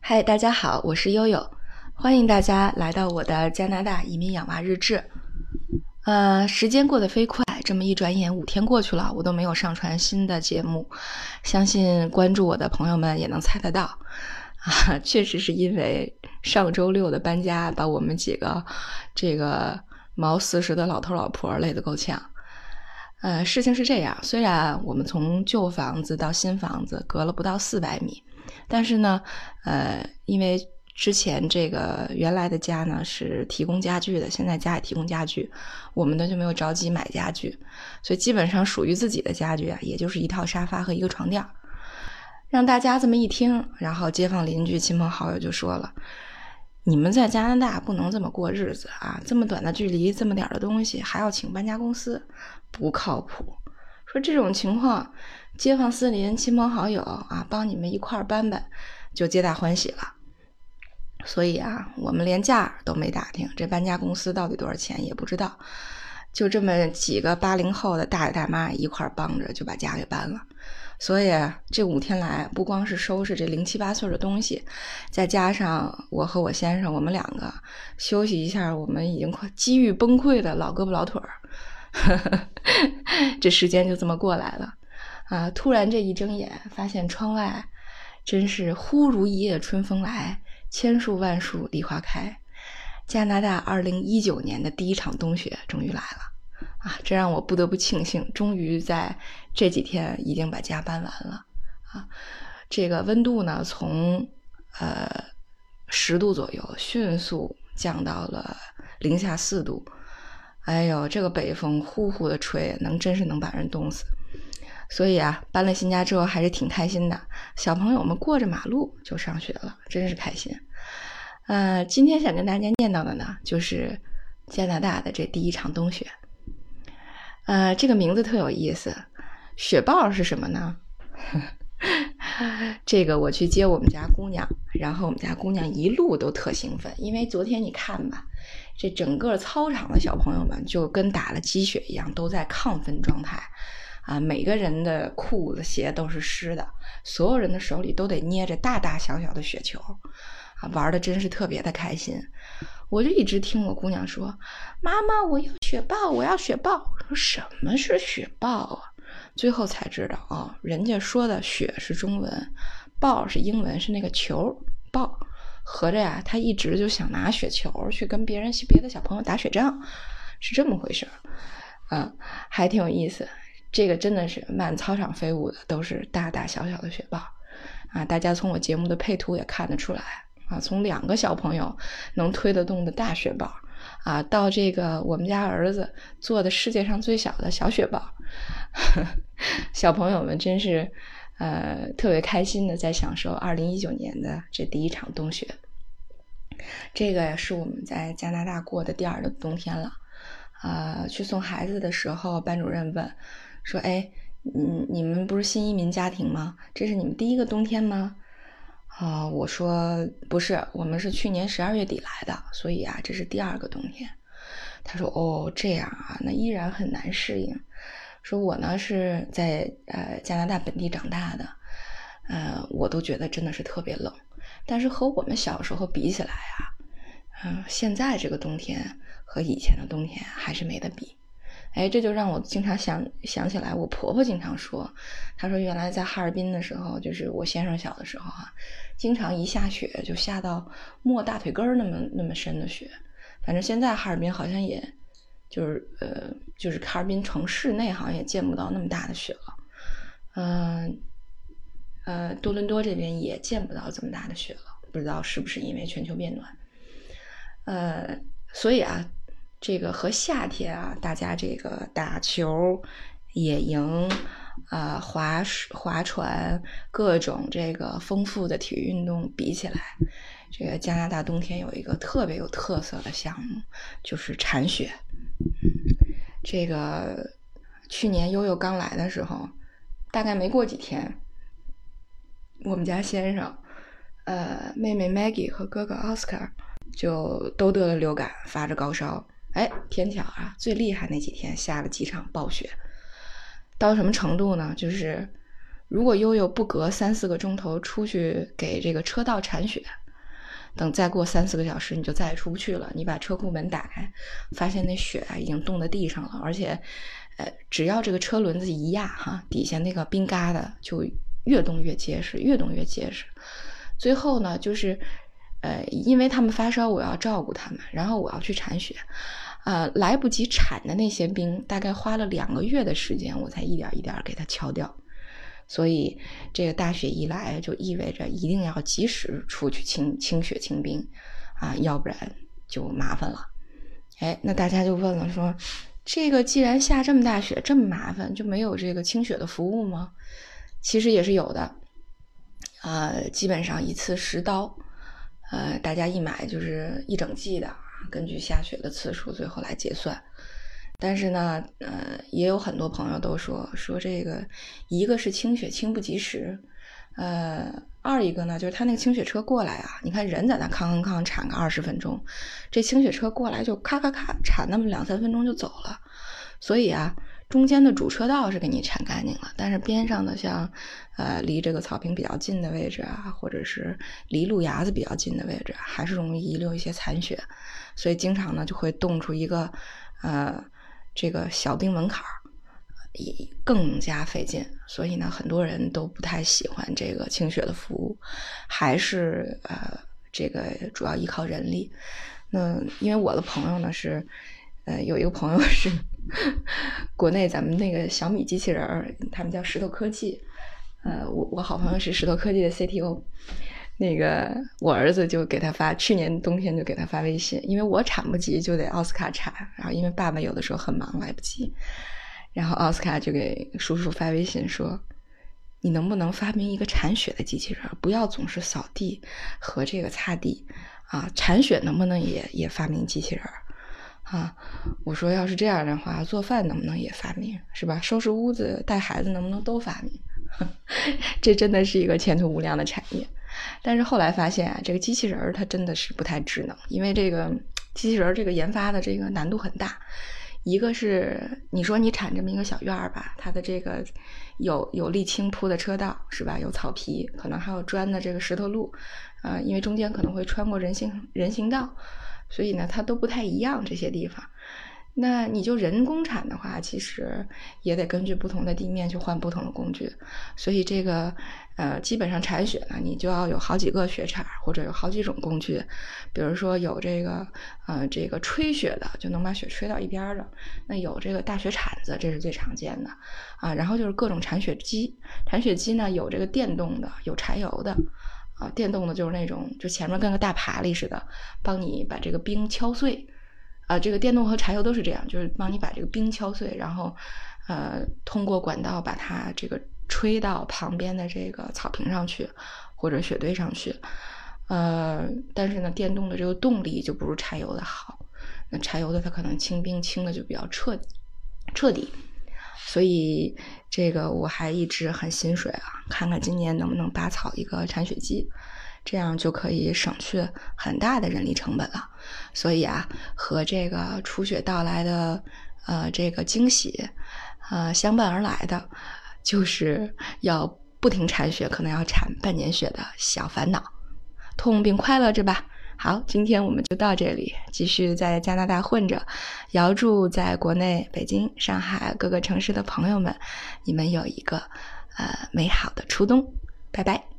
嗨，大家好，我是悠悠，欢迎大家来到我的加拿大移民养娃日志。时间过得飞快，这么一转眼5天过去了，我都没有上传新的节目，相信关注我的朋友们也能猜得到。确实是因为上周六的搬家，把我们几个这个毛40的老头老婆累得够呛。事情是这样，虽然我们从旧房子到新房子隔了不到400米，但是呢，因为之前这个原来的家呢是提供家具的，现在家也提供家具，我们呢就没有着急买家具，所以基本上属于自己的家具啊，也就是一套沙发和一个床垫。让大家这么一听，然后街坊邻居亲朋好友就说了，你们在加拿大不能这么过日子啊，这么短的距离，这么点的东西还要请搬家公司，不靠谱。说这种情况街坊四邻亲朋好友啊，帮你们一块搬搬就皆大欢喜了。所以啊，我们连价都没打听，这搬家公司到底多少钱也不知道，就这么几个80后的大爷大妈一块帮着就把家给搬了。所以这5天来，不光是收拾这0、7、8岁的东西，再加上我和我先生我们2个休息一下我们已经快机遇崩溃的老胳膊老腿儿，这时间就这么过来了。突然这一睁眼，发现窗外真是忽如一夜春风来，千树万树梨花开。加拿大2019年的第一场冬雪终于来了。这让我不得不庆幸，终于在这几天已经把家搬完了。这个温度呢，从10度左右迅速降到了零下4度。哎呦，这个北风呼呼的吹，真是能把人冻死。所以啊，搬了新家之后还是挺开心的，小朋友们过着马路就上学了，真是开心。今天想跟大家念叨的呢，就是加拿大的这第一场冬雪。这个名字特有意思，雪豹是什么呢？这个我去接我们家姑娘，然后我们家姑娘一路都特兴奋，因为昨天你看吧，这整个操场的小朋友们就跟打了鸡血一样，都在亢奋状态每个人的裤子鞋都是湿的，所有人的手里都得捏着大大小小的雪球玩的真是特别的开心。我就一直听我姑娘说，妈妈我要雪豹，我要雪豹。说什么是雪豹啊？最后才知道人家说的雪是中文，豹是英文，是那个球豹。合着呀，他一直就想拿雪球去跟别的小朋友打雪仗，是这么回事还挺有意思。这个真的是满操场飞舞的都是大大小小的雪豹大家从我节目的配图也看得出来从2个小朋友能推得动的大雪豹到这个我们家儿子做的世界上最小的小雪豹小朋友们真是特别开心的在享受2019年的这第一场冬雪。这个是我们在加拿大过的第2个冬天了去送孩子的时候，班主任问说，你们不是新移民家庭吗？这是你们第1个冬天吗？我说不是，我们是去年12月底来的，所以这是第2个冬天。他说这样那依然很难适应。说我呢是在加拿大本地长大的，我都觉得真的是特别冷，但是和我们小时候比起来现在这个冬天和以前的冬天还是没得比。这就让我经常想起来我婆婆经常说，她说原来在哈尔滨的时候，就是我先生小的时候经常一下雪就下到没大腿根那么深的雪。反正现在哈尔滨好像也就是哈尔滨城市内好像也见不到那么大的雪了。多伦多这边也见不到这么大的雪了，不知道是不是因为全球变暖。所以这个和夏天大家这个打球、野营划船各种这个丰富的体育运动比起来，这个加拿大冬天有一个特别有特色的项目，就是铲雪。这个去年悠悠刚来的时候，大概没过几天，我们家先生妹妹 Maggie 和哥哥 Oscar 就都得了流感，发着高烧。偏巧最厉害那几天下了几场暴雪，到什么程度呢？就是如果悠悠不隔3-4个钟头出去给这个车道铲雪，等再过3-4个小时，你就再也出不去了。你把车库门打开，发现那雪已经冻在地上了，而且，只要这个车轮子一压哈，底下那个冰疙瘩就越冻越结实，越冻越结实。最后呢，就是因为他们发烧，我要照顾他们，然后我要去铲雪，来不及铲的那些冰，大概花了2个月的时间，我才一点一点给它敲掉。所以这个大雪一来，就意味着一定要及时出去清雪清冰啊，要不然就麻烦了。那大家就问了，说这个既然下这么大雪这么麻烦，就没有这个清雪的服务吗？其实也是有的，基本上一次10刀，大家一买就是1整季的，根据下雪的次数最后来结算。但是呢，也有很多朋友都说这个，一个是清雪清不及时，二一个呢，就是他那个清雪车过来啊，你看人在那康铲个20分钟，这清雪车过来就咔咔咔铲那么2-3分钟就走了。所以啊，中间的主车道是给你铲干净了，但是边上的像离这个草坪比较近的位置啊，或者是离路牙子比较近的位置，还是容易遗留一些残雪，所以经常呢就会冻出一个这个小冰门槛，更加费劲。所以呢，很多人都不太喜欢这个清雪的服务，还是这个主要依靠人力。那因为我的朋友呢是有一个朋友是国内咱们那个小米机器人，他们叫石头科技，我好朋友是石头科技的 CTO。那个我儿子就给他发，去年冬天就给他发微信，因为我铲不及就得奥斯卡铲，然后因为爸爸有的时候很忙来不及，然后奥斯卡就给叔叔发微信说，你能不能发明一个铲雪的机器人，不要总是扫地和这个擦地啊，铲雪能不能也发明机器人啊？我说要是这样的话，做饭能不能也发明，是吧？收拾屋子带孩子能不能都发明？这真的是一个前途无量的产业。但是后来发现啊，这个机器人它真的是不太智能，因为这个机器人这个研发的这个难度很大。一个是你说你铲这么一个小院儿吧，它的这个有沥青铺的车道，是吧？有草皮，可能还有砖的这个石头路，因为中间可能会穿过人行道，所以呢它都不太一样这些地方。那你就人工铲的话，其实也得根据不同的地面去换不同的工具，所以这个基本上铲雪呢，你就要有好几个雪铲，或者有好几种工具，比如说有这个吹雪的，就能把雪吹到一边的，那有这个大雪铲子，这是最常见的啊。然后就是各种铲雪机，铲雪机呢有这个电动的，有柴油的啊。电动的就是那种就前面跟个大爬犁似的，帮你把这个冰敲碎。这个电动和柴油都是这样，就是帮你把这个冰敲碎，然后通过管道把它这个吹到旁边的这个草坪上去或者雪堆上去。但是呢，电动的这个动力就不如柴油的好，那柴油的它可能清冰清的就比较彻底。所以这个我还一直很心水啊，看看今年能不能拔草一个铲雪机，这样就可以省去很大的人力成本了。所以啊，和这个初雪到来的这个惊喜相伴而来的，就是要不停铲雪，可能要铲半年雪的小烦恼，痛并快乐着吧。好，今天我们就到这里，继续在加拿大混着。遥祝在国内北京、上海各个城市的朋友们，你们有一个美好的初冬，拜拜。